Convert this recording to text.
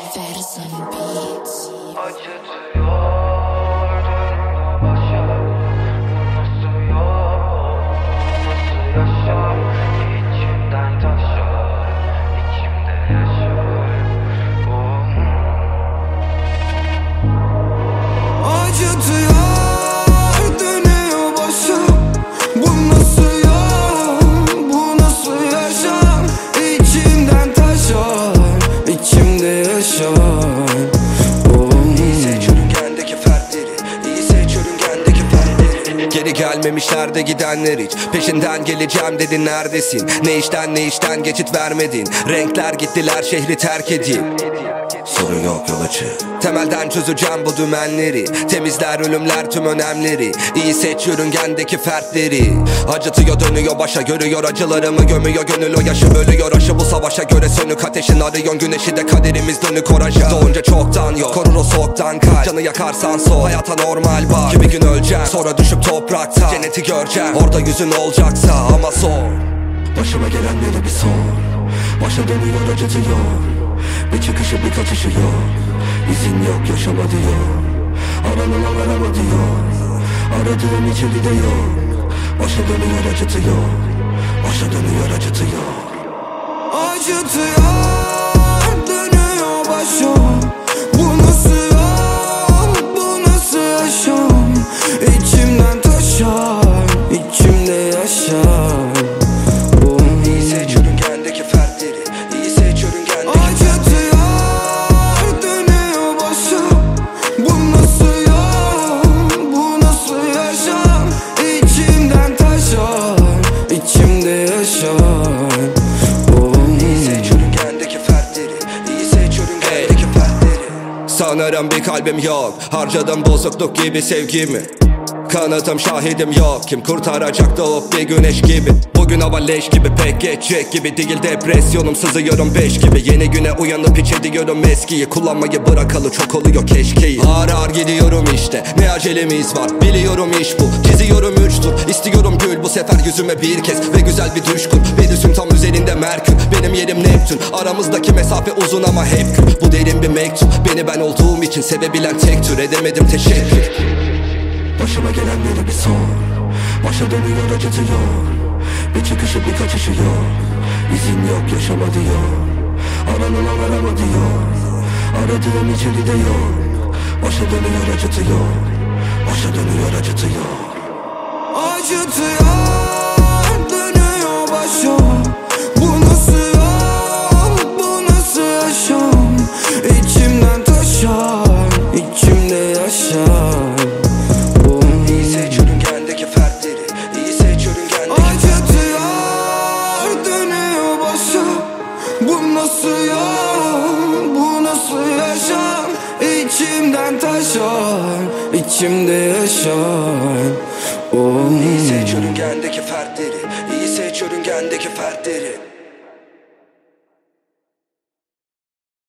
Ferguson Beats. Acıtıyor dönüyor başa. Nasıl yok, nasıl yaşam? İçimden taşar, içimde yaşar. Acıtıyor dönüyor başa. Bu nasıl yok, bu nasıl yaşam? İçimden taşar, içimde yaşar. Çörüngendeki fertleri, iyiyse çörüngendeki fertleri. Geri gelmemişler de gidenler hiç. Peşinden geleceğim dedi neredesin? Ne işten geçit vermedin. Renkler gittiler şehri terk edip. Sorun yok yol açık. Temelden çözeceğim bu dümenleri. Temizler ölümler tüm önemleri. İyi seç yörüngendeki fertleri. Acıtıyor dönüyor başa, görüyor acılarımı, gömüyor gönül o yaşı, bölüyor aşı bu savaşa göre sönük ateşin, arıyorsun güneşi de kaderimiz dönük oraja. Doğunca çoktan yok, korur o soğuktan kalp. Canı yakarsan soğuk, hayata normal bak. Kimi gün öleceğim, sonra düşüp toprakta cenneti göreceğim, orada yüzün olacaksa ama sor. Başıma gelenleri bir sor. Başa dönüyor acıtıyor. Bir çıkışı bir kaçışı yok. İzin yok yaşama diyor. Aranılan arama diyor. Aradığım içeride yok. Başa dönüyor acıtıyor. Başa dönüyor acıtıyor. Acıtıyor dönüyor başa. Bu nasıl yok, bu nasıl yaşam? İçimden taşar, içimde yaşar. İyiyse çörüngendeki fertleri, iyiyse çörüngendeki Acıtıyor dönüyor başa. Bu nasıl yok, bu nasıl yaşam? İçimden taşar, içimde yaşar. İyiyse çörüngendeki fertleri, iyiyse çörüngendeki fertleri. Sanırım bir kalbim yok, harcadım bozukluk gibi sevgimi. Kanıtım şahidim yok, kim kurtaracak doğup bir güneş gibi. Bugün hava leş gibi, pek geçecek gibi değil depresyonum, sızıyorum 5 gibi. Yeni güne uyanıp hiç ediyorum eskiyi, kullanmayı bırakalı çok oluyor keşkeyi. Ağır ağır gidiyorum işte, ne acelemiz var, biliyorum iş bu. Çiziyorum 3 tur, istiyorum gül bu sefer yüzüme bir kez ve güzel bir düşkün. Venüs'ün tam üzerinde Merkür, benim yerim Neptün. Aramızdaki mesafe uzun ama hep kül. Bu derin bir mektup, beni ben olduğum için sevebilen tek tür, edemedim teşekkür. Başıma gelenleri bir sor. Başa dönüyor acıtıyor. Bir çıkışı bir kaçışı yok. İzin yok yaşama diyor. Aranılan arama diyor. Aradığım içeride yok. Başa dönüyor acıtıyor. Başa dönüyor acıtıyor. Acıtıyor dönüyor başa. Bu nasıl yok, bu nasıl yaşam? İçimden taşar, içimde yaşar. İyiyse çörüngendeki fertleri, iyiyse çörüngendeki Acıtıyor dönüyor başa. Bu nasıl yok, bu nasıl yaşam? İçimden taşar, içimde yaşar. İyiyse çörüngendeki fertleri, iyiyse çörüngendeki fertleri.